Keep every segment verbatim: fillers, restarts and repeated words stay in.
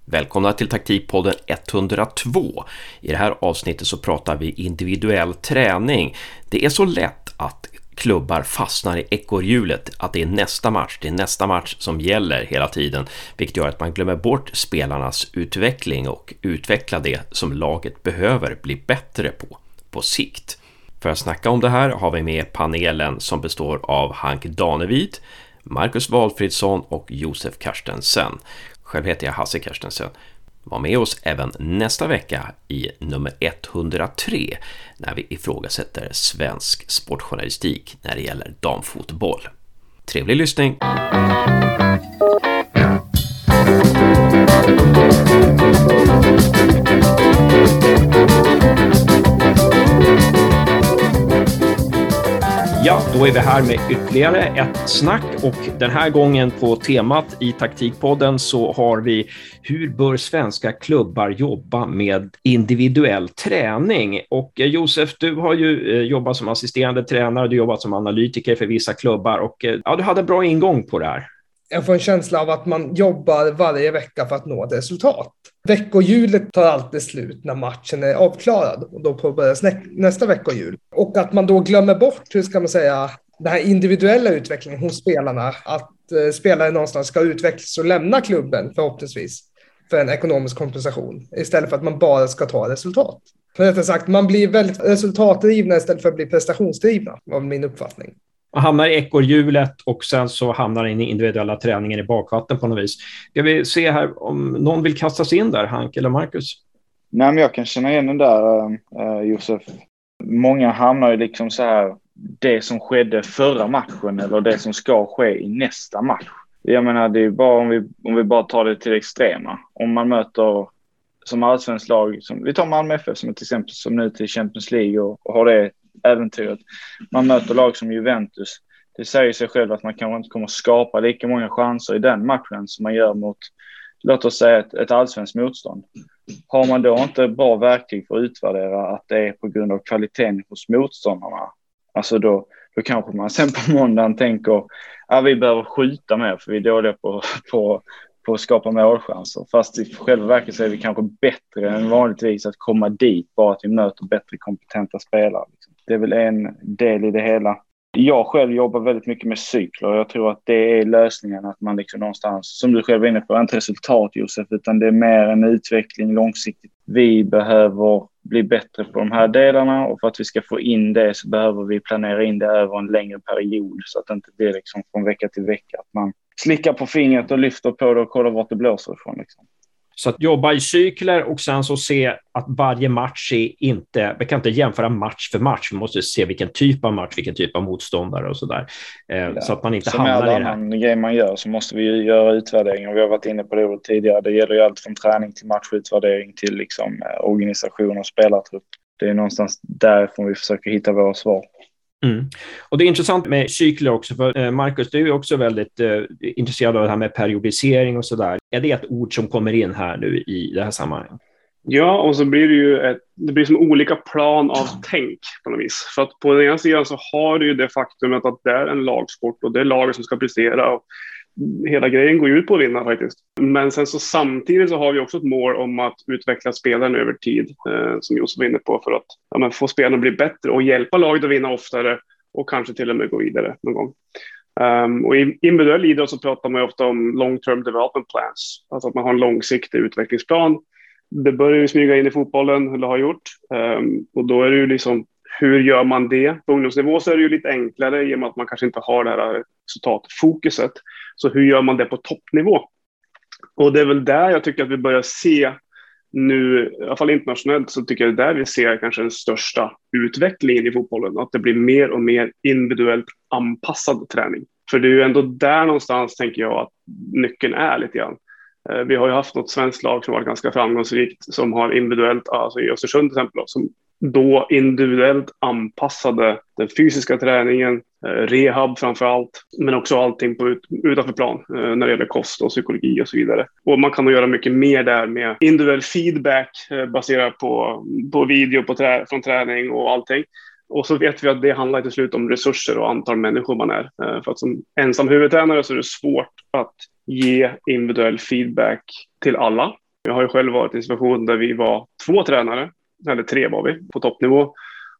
Välkomna till Taktikpodden etthundratvå. I det här avsnittet så pratar vi individuell träning. Det är så lätt att klubbar fastnar i ekorrhjulet, att det är nästa match, det är nästa match som gäller hela tiden, vilket gör att man glömmer bort spelarnas utveckling och utveckla det som laget behöver bli bättre på, på sikt. För att snacka om det här har vi med panelen som består av Hank Danevid, Marcus Walfridsson och Josef Carstensen. Själv heter jag Hasse Carstensen. Var med oss även nästa vecka i nummer etthundratre när vi ifrågasätter svensk sportjournalistik när det gäller damfotboll. Trevlig lyssning! Ja, då är vi här med ytterligare ett snack och den här gången på temat i Taktikpodden så har vi hur bör svenska klubbar jobba med individuell träning? Och Josef, du har ju jobbat som assisterande tränare, du har jobbat som analytiker för vissa klubbar och ja, du hade en bra ingång på det här. Jag får en känsla av att man jobbar varje vecka för att nå ett resultat. Veckohjulet tar alltid slut när matchen är avklarad och då påbörjas nä- nästa veckohjul. Och att man då glömmer bort, hur ska man säga, den här individuella utvecklingen hos spelarna. Att eh, spelare någonstans ska utvecklas och lämna klubben förhoppningsvis för en ekonomisk kompensation istället för att man bara ska ta resultat. För rättare sagt, man blir väldigt resultatdrivna istället för att bli prestationsdrivna, var min uppfattning. Man hamnar i ekorrhjulet och sen så hamnar in i individuella träningen i bakvatten på något vis. Ska vi se här om någon vill kasta sig in där, Hank eller Marcus? Nej, men jag kan känna igen den där, uh, Josef. Många hamnar ju liksom så här, det som skedde förra matchen eller det som ska ske i nästa match. Jag menar, det är bara om vi, om vi bara tar det till det extrema. Om man möter som allsvensk lag, som, vi tar Malmö F F som ett exempel, som nu till Champions League och, och har det äventyret. Man möter lag som Juventus. Det säger sig själv att man kanske inte kommer att skapa lika många chanser i den matchen som man gör mot, låt oss säga, ett, ett allsvenskt motstånd. Har man då inte bra verktyg för att utvärdera att det är på grund av kvaliteten hos motståndarna, alltså då, då kanske man sen på måndagen tänker att ja, vi behöver skjuta mer för vi är dåliga på, på, på att skapa målchanser. Fast i själva verket så är vi kanske bättre än vanligtvis att komma dit, bara att vi möter bättre kompetenta spelare. Det är väl en del i det hela. Jag själv jobbar väldigt mycket med cykler. Jag tror att det är lösningen, att man liksom någonstans, som du själv är inne på, inte resultat, Josef, utan det är mer en utveckling långsiktigt. Vi behöver bli bättre på de här delarna och för att vi ska få in det så behöver vi planera in det över en längre period så att det inte blir liksom från vecka till vecka. Att man slickar på fingret och lyfter på det och kollar vart det blåser ifrån liksom. Så att jobba i cykler och sen så se att varje match är inte, vi kan inte jämföra match för match, vi måste se vilken typ av match, vilken typ av motståndare och sådär. Eh, ja. Så att man inte som hamnar i det här. Som alla annan grej man gör så måste vi ju göra utvärderingar. Vi har varit inne på det tidigare. Det gäller ju allt från träning till matchutvärdering till liksom organisation och spelartrupp. Det är någonstans därifrån vi försöker hitta våra svar. Mm. Och det är intressant med cykler också, för eh, Marcus, du är ju också väldigt eh, intresserad av det här med periodisering och sådär. Är det ett ord som kommer in här nu i det här sammanhanget? Ja, och så blir det ju ett, det blir som olika plan av tänk på något vis. För att på den ena sidan så har du ju det faktumet att det är en lagsport och det är laget som ska prestera och hela grejen går ut på att vinna faktiskt. Men sen så samtidigt så har vi också ett mål om att utveckla spelaren över tid, eh, som Josef var inne på, för att ja, men få spelarna att bli bättre och hjälpa laget att vinna oftare och kanske till och med gå vidare någon gång. Um, och i individuell idrott så pratar man ju ofta om long-term development plans, alltså att man har en långsiktig utvecklingsplan. Det börjar ju smyga in i fotbollen, eller har gjort. Um, och då är det ju liksom, hur gör man det? På ungdomsnivå så är det ju lite enklare i och med att man kanske inte har det här resultatfokuset. Så hur gör man det på toppnivå? Och det är väl där jag tycker att vi börjar se nu, i alla fall internationellt, så tycker jag det är där vi ser kanske den största utvecklingen i fotbollen. Att det blir mer och mer individuellt anpassad träning. För det är ju ändå där någonstans, tänker jag, att nyckeln är lite grann. Vi har ju haft något svenskt lag som varit ganska framgångsrikt som har individuellt, alltså i Östersund till exempel, som då individuellt anpassade den fysiska träningen, rehab framför allt, men också allting på ut, utanför plan när det gäller kost och psykologi och så vidare. Och man kan nog göra mycket mer där med individuell feedback baserat på, på video på trä, från träning och allting. Och så vet vi att det handlar till slut om resurser och antal människor man är. För att som ensam huvudtränare så är det svårt att ge individuell feedback till alla. Jag har ju själv varit i en situation där vi var två tränare, eller tre var vi, på toppnivå.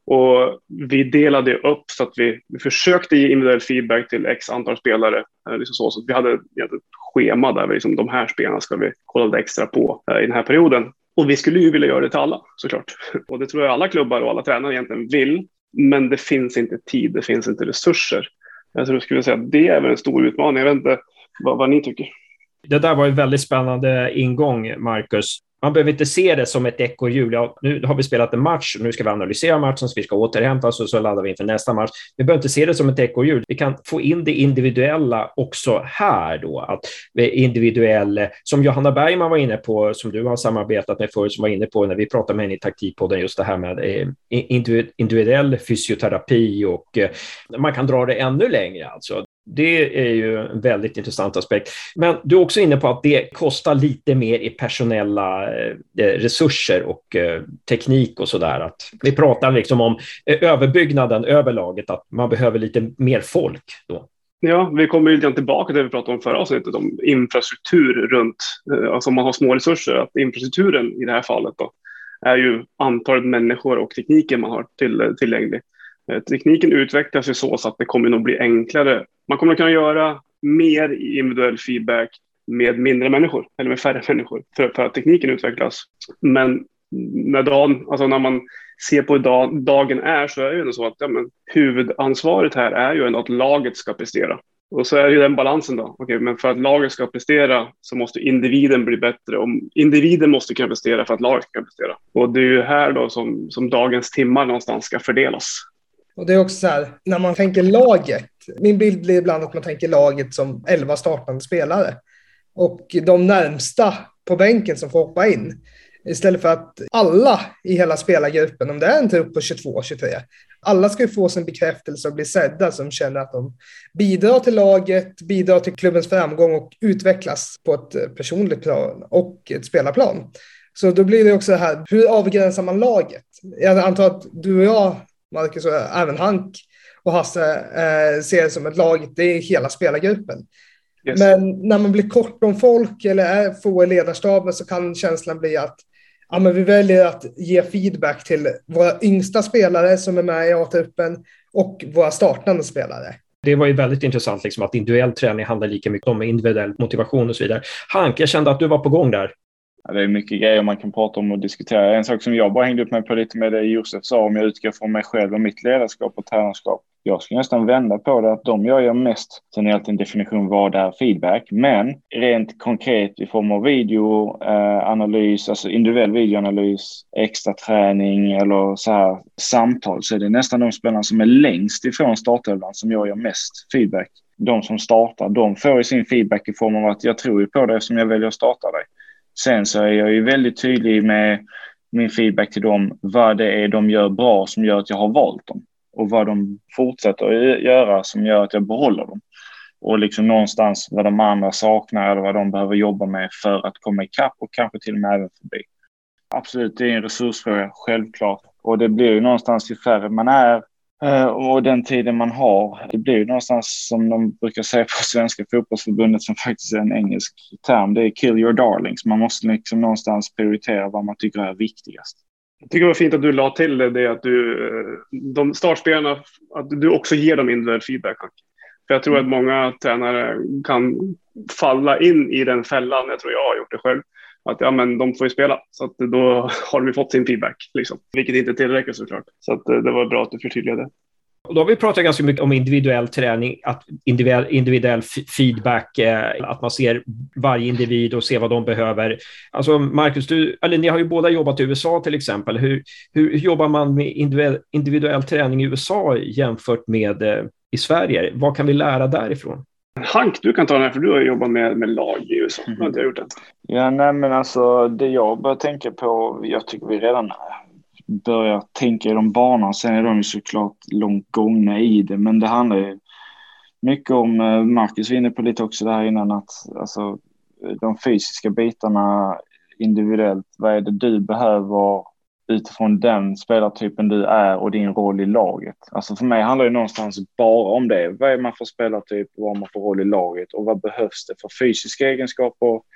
Och vi delade upp så att vi, vi försökte ge individuell feedback till x antal spelare. Liksom så, så att vi hade ett schema där vi liksom, de här spelarna ska vi kolla lite extra på i den här perioden. Och vi skulle ju vilja göra det till alla, såklart. Och det tror jag alla klubbar och alla tränare egentligen vill. Men det finns inte tid, det finns inte resurser. Jag tror jag skulle säga att det är väl en stor utmaning. Jag vet inte vad, vad ni tycker. Det där var en väldigt spännande ingång, Marcus. Man behöver inte se det som ett ekorrhjul. Ja, nu har vi spelat en match, nu ska vi analysera matchen, så vi ska återhämta oss och så laddar vi inför nästa match. Vi behöver inte se det som ett ekorrhjul. Vi kan få in det individuella också här då. Att individuell, som Johanna Bergman var inne på, som du har samarbetat med förut, som var inne på när vi pratade med henne i taktikpodden, just det här med individuell fysioterapi, och man kan dra det ännu längre alltså. Det är ju en väldigt intressant aspekt. Men du är också inne på att det kostar lite mer i personella eh, resurser och eh, teknik och sådär. Att vi pratar liksom om eh, överbyggnaden över laget, att man behöver lite mer folk då. Ja, vi kommer ju lite tillbaka till det vi pratade om förra avsnittet, om infrastruktur runt, eh, alltså om man har små resurser, att infrastrukturen i det här fallet då är ju antalet människor och tekniken man har till, tillgänglig. Tekniken utvecklas ju så, så att det kommer nog bli enklare. Man kommer att kunna göra mer i individuell feedback med mindre människor, eller med färre människor, för, för att tekniken utvecklas. Men när, dagen, alltså när man ser på hur dag, dagen är, så är det ju så att ja, men, huvudansvaret här är ju att laget ska prestera. Och så är det ju den balansen då. Okej, men för att laget ska prestera så måste individen bli bättre. Och individen måste kunna prestera för att laget ska prestera. Och det är ju här då som, som dagens timmar någonstans ska fördelas. Och det är också så här, när man tänker laget, min bild blir ibland att man tänker laget som elva startande spelare. Och de närmsta på bänken som får hoppa in. Istället för att alla i hela spelargruppen, om det är en trupp på tjugotvå tjugotre, alla ska ju få sin bekräftelse och bli sedda, som känner att de bidrar till laget, bidrar till klubbens framgång och utvecklas på ett personligt plan och ett spelarplan. Så då blir det också det här, hur avgränsar man laget? Jag antar att du och jag, Marcus, och även Hank och Hasse eh, ser det som ett lag, det är hela spelargruppen. Yes. Men när man blir kort om folk eller är få i ledarstaben, så kan känslan bli att ja, men vi väljer att ge feedback till våra yngsta spelare som är med i A-truppen och våra startande spelare. Det var ju väldigt intressant liksom, att individuell träning handlar lika mycket om individuell motivation och så vidare. Hank, jag kände att du var på gång där. Ja, det är mycket grejer man kan prata om och diskutera. En sak som jag bara hängde upp mig på lite med det Josef sa, om jag utgår från mig själv och mitt ledarskap och tränarskap. Jag ska nästan vända på det, att de jag gör mest, sen är alltid en definition vad det är feedback, men rent konkret i form av videoanalys, eh, alltså individuell videoanalys, extra träning eller så här samtal, så är det nästan de spelarna som är längst ifrån startelvan som jag gör mest feedback. De som startar, de får i sin feedback i form av att jag tror ju på det eftersom jag väljer att starta dig. Sen så är jag ju väldigt tydlig med min feedback till dem, vad det är de gör bra som gör att jag har valt dem. Och vad de fortsätter att göra som gör att jag behåller dem. Och liksom någonstans vad de andra saknar eller vad de behöver jobba med för att komma ikapp och kanske till och med även förbi. Absolut, det är en resursfråga, självklart. Och det blir ju någonstans ju färre man är och den tiden man har. Det blir ju någonstans, som de brukar säga på Svenska fotbollsförbundet, som faktiskt är en engelsk term, det är kill your darlings. Man måste liksom någonstans prioritera vad man tycker är viktigast. Jag tycker det var fint att du la till det, det att du, de startspelarna, att du också ger dem individuell feedback. För jag tror att många tränare kan falla in i den fällan, jag tror jag har gjort det själv, att ja, men de får ju spela, så att då har de fått sin feedback, liksom. Vilket inte är tillräckligt såklart. Så att det var bra att du förtydligade. Och då har vi pratat ganska mycket om individuell träning, att individuell, individuell feedback, eh, att man ser varje individ och ser vad de behöver. Alltså Marcus, du, eller ni har ju båda jobbat i U S A till exempel. Hur, hur jobbar man med individuell, individuell träning i U S A jämfört med eh, i Sverige? Vad kan vi lära därifrån? Hank, du kan ta den här, för du har jobbat med, med lag i U S A. Mm. Har inte jag gjort det? Ja, nej, men alltså det jag börjar tänka på, jag tycker vi redan börjar tänka i de banorna, sen är de ju såklart långt gångna i det, men det handlar ju mycket om, Marcus var inne på lite också där innan, att alltså, de fysiska bitarna individuellt, vad är det du behöver utifrån den spelartypen du är och din roll i laget. Alltså för mig handlar det någonstans bara om det. Vad är man för spelartyp, vad man får roll i laget och vad behövs det för fysiska egenskaper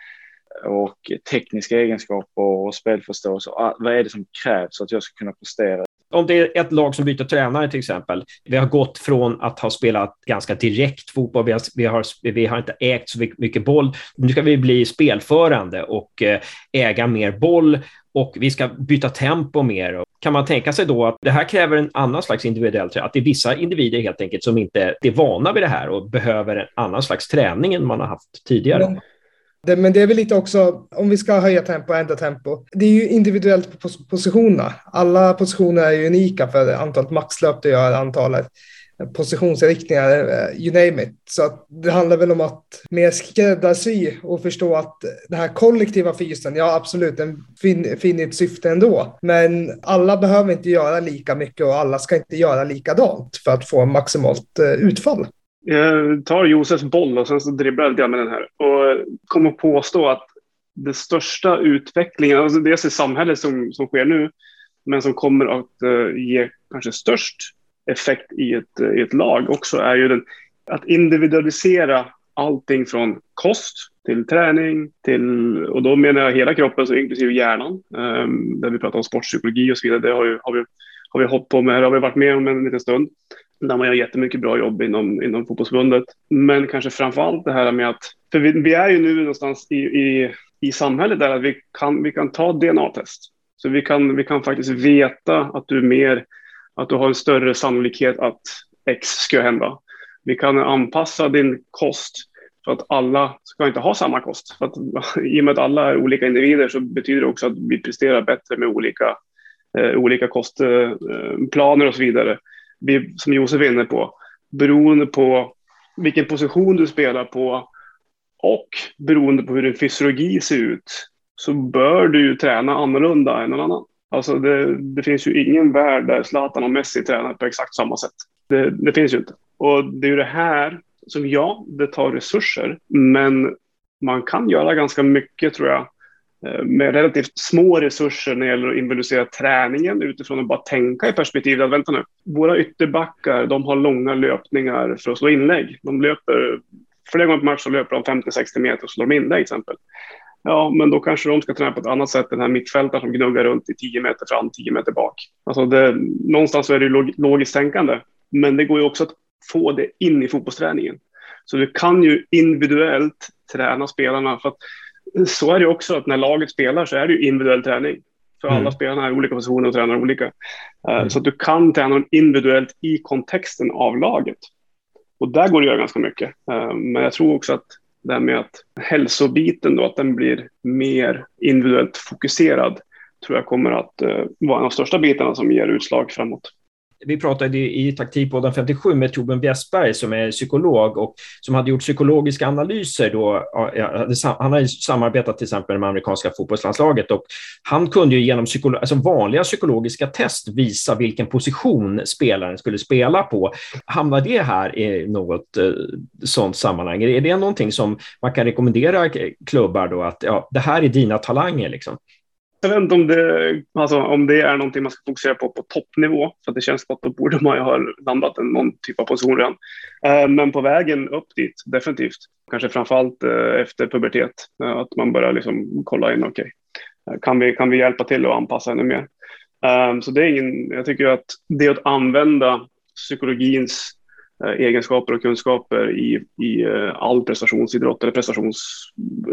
och tekniska egenskaper och spelförståelse. Vad är det som krävs för att jag ska kunna prestera? Om det är ett lag som byter tränare till exempel. Vi har gått från att ha spelat ganska direkt fotboll. Vi har, vi har, vi har inte ägt så mycket boll. Nu ska vi bli spelförande och äga mer boll. Och vi ska byta tempo mer. Kan man tänka sig då att det här kräver en annan slags individuell träning? Att det är vissa individer helt enkelt som inte är vana vid det här och behöver en annan slags träning än man har haft tidigare? Men det, men det är väl lite också, om vi ska höja tempo och ändra tempo. Det är ju individuellt på positionerna. Alla positioner är ju unika för antalet maxlöp du gör, antalet positionsriktningar, you name it. Så att det handlar väl om att mer skräddarsy och förstå att det här kollektiva fysen, ja absolut, den fin- finner ett syfte ändå. Men alla behöver inte göra lika mycket och alla ska inte göra likadant för att få maximalt utfall. Jag tar Josefs boll och sen så dribblar jag lite med den här och kommer påstå att det största utvecklingen, alltså dels i samhället som, som sker nu, men som kommer att uh, ge kanske störst effekt i ett, i ett lag också, är ju den, att individualisera allting från kost till träning till, och då menar jag hela kroppen, så inklusive hjärnan, um, där vi pratar om sportpsykologi och så vidare. Det har, ju, har, vi, har vi hållit på med, det har vi varit med om en liten stund, där man gör jättemycket bra jobb inom, inom fotbollsförbundet. Men kanske framförallt det här med att, för vi, vi är ju nu någonstans i, i, i samhället där att vi kan, vi kan ta D N A-test. Så vi kan, vi kan faktiskt veta att du är mer, att du har en större sannolikhet att X ska hända. Vi kan anpassa din kost för att alla ska inte ha samma kost. För att, i och med att alla är olika individer så betyder det också att vi presterar bättre med olika, eh, olika kostplaner eh, och så vidare. Vi, som Josef är inne på, beroende på vilken position du spelar på och beroende på hur din fysiologi ser ut, så bör du ju träna annorlunda än någon annan. Alltså det, det finns ju ingen värld där Zlatan och Messi tränar på exakt samma sätt. Det, det finns ju inte. Och det är ju det här som, ja, det tar resurser, men man kan göra ganska mycket, tror jag, med relativt små resurser när det gäller att individualisera träningen utifrån att bara tänka i perspektivet att vänta nu. Våra ytterbackar, de har långa löpningar för att slå inlägg. De löper, flera gånger på match så löper de femtio till sextio meter och slår de inlägg till exempel. Ja, men då kanske de ska träna på ett annat sätt, den här mittfältaren som gnuggar runt i tio meter fram, tio meter bak. Alltså det, någonstans så är det log, logiskt tänkande, men det går ju också att få det in i fotbollsträningen. Så du kan ju individuellt träna spelarna, för att så är det också att när laget spelar så är det ju individuell träning. För mm. alla spelarna är olika positioner och tränar olika. Mm. Så att du kan träna individuellt i kontexten av laget. Och där går det att göra ganska mycket. Men jag tror också att det här med att hälsobiten då, att den blir mer individuellt fokuserad, tror jag kommer att vara en av de största bitarna som ger utslag framåt. Vi pratade i taktikpodden femtiosju med Torbjörn Westberg som är psykolog och som hade gjort psykologiska analyser då. Han har ju samarbetat till exempel med amerikanska fotbollslandslaget och han kunde ju genom psykolo- alltså vanliga psykologiska test visa vilken position spelaren skulle spela på. Hamnar det här i något eh, sånt sammanhang? Är det någonting som man kan rekommendera klubbar då, att ja, det här är dina talanger liksom? Jag vet inte om det, alltså, om det är någonting man ska fokusera på på toppnivå. För det känns som att då borde man ju ha landat en någon typ av position redan. Eh, men på vägen upp dit, definitivt. Kanske framförallt eh, efter pubertet. Eh, att man börjar liksom kolla in, okej. Okay. Kan vi, kan vi hjälpa till och anpassa ännu mer? Eh, så det är ingen, jag tycker att det är att använda psykologins eh, egenskaper och kunskaper i, i eh, all prestationsidrott. Eller prestations,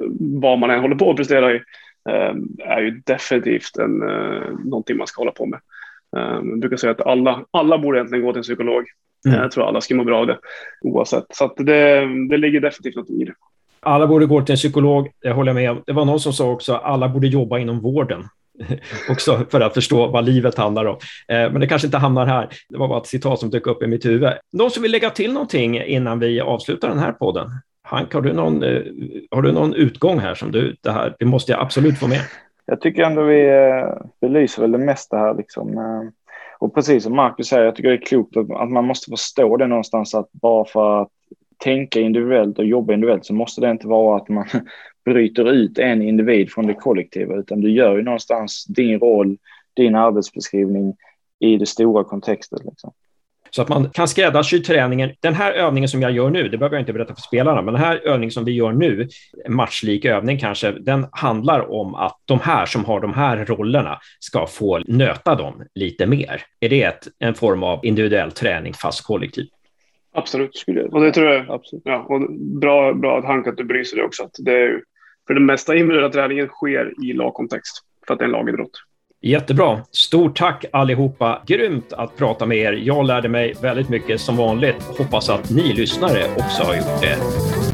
vad man än håller på att prestera i. Är ju definitivt en, någonting man ska hålla på med. Jag brukar säga att alla, alla borde egentligen gå till en psykolog. Mm. Jag tror alla ska må bra av det oavsett. Så att det, det ligger definitivt något i det. Alla borde gå till en psykolog, jag håller med. Det var någon som sa också att alla borde jobba inom vården. också för att förstå vad livet handlar om. Men det kanske inte hamnar här. Det var bara ett citat som dök upp i mitt huvud. Någon som vill lägga till någonting innan vi avslutar den här podden? Hank, har du någon, har du någon utgång här som du, det här, vi måste absolut få med? Jag tycker ändå vi belyser väl det mesta här liksom. Och precis som Marcus säger, jag tycker det är klokt att man måste förstå det någonstans, att bara för att tänka individuellt och jobba individuellt så måste det inte vara att man bryter ut en individ från det kollektiva, utan du gör ju någonstans din roll, din arbetsbeskrivning i det stora kontextet liksom. Så att man kan skräddarsy träningen. Den här övningen som jag gör nu, det behöver jag inte berätta för spelarna, men den här övningen som vi gör nu, matchlik övning kanske, den handlar om att de här som har de här rollerna ska få nöta dem lite mer. Är det ett, en form av individuell träning fast kollektiv? Absolut, skulle jag. Och det tror jag. Absolut. Ja, och bra, bra att Hank att du bryr sig det också. Att det är, för det mesta individuella träningen sker i lagkontext för att det är en lagidrott. Jättebra. Stort tack allihopa. Grymt att prata med er. Jag lärde mig väldigt mycket som vanligt. Hoppas att ni lyssnare också har gjort det.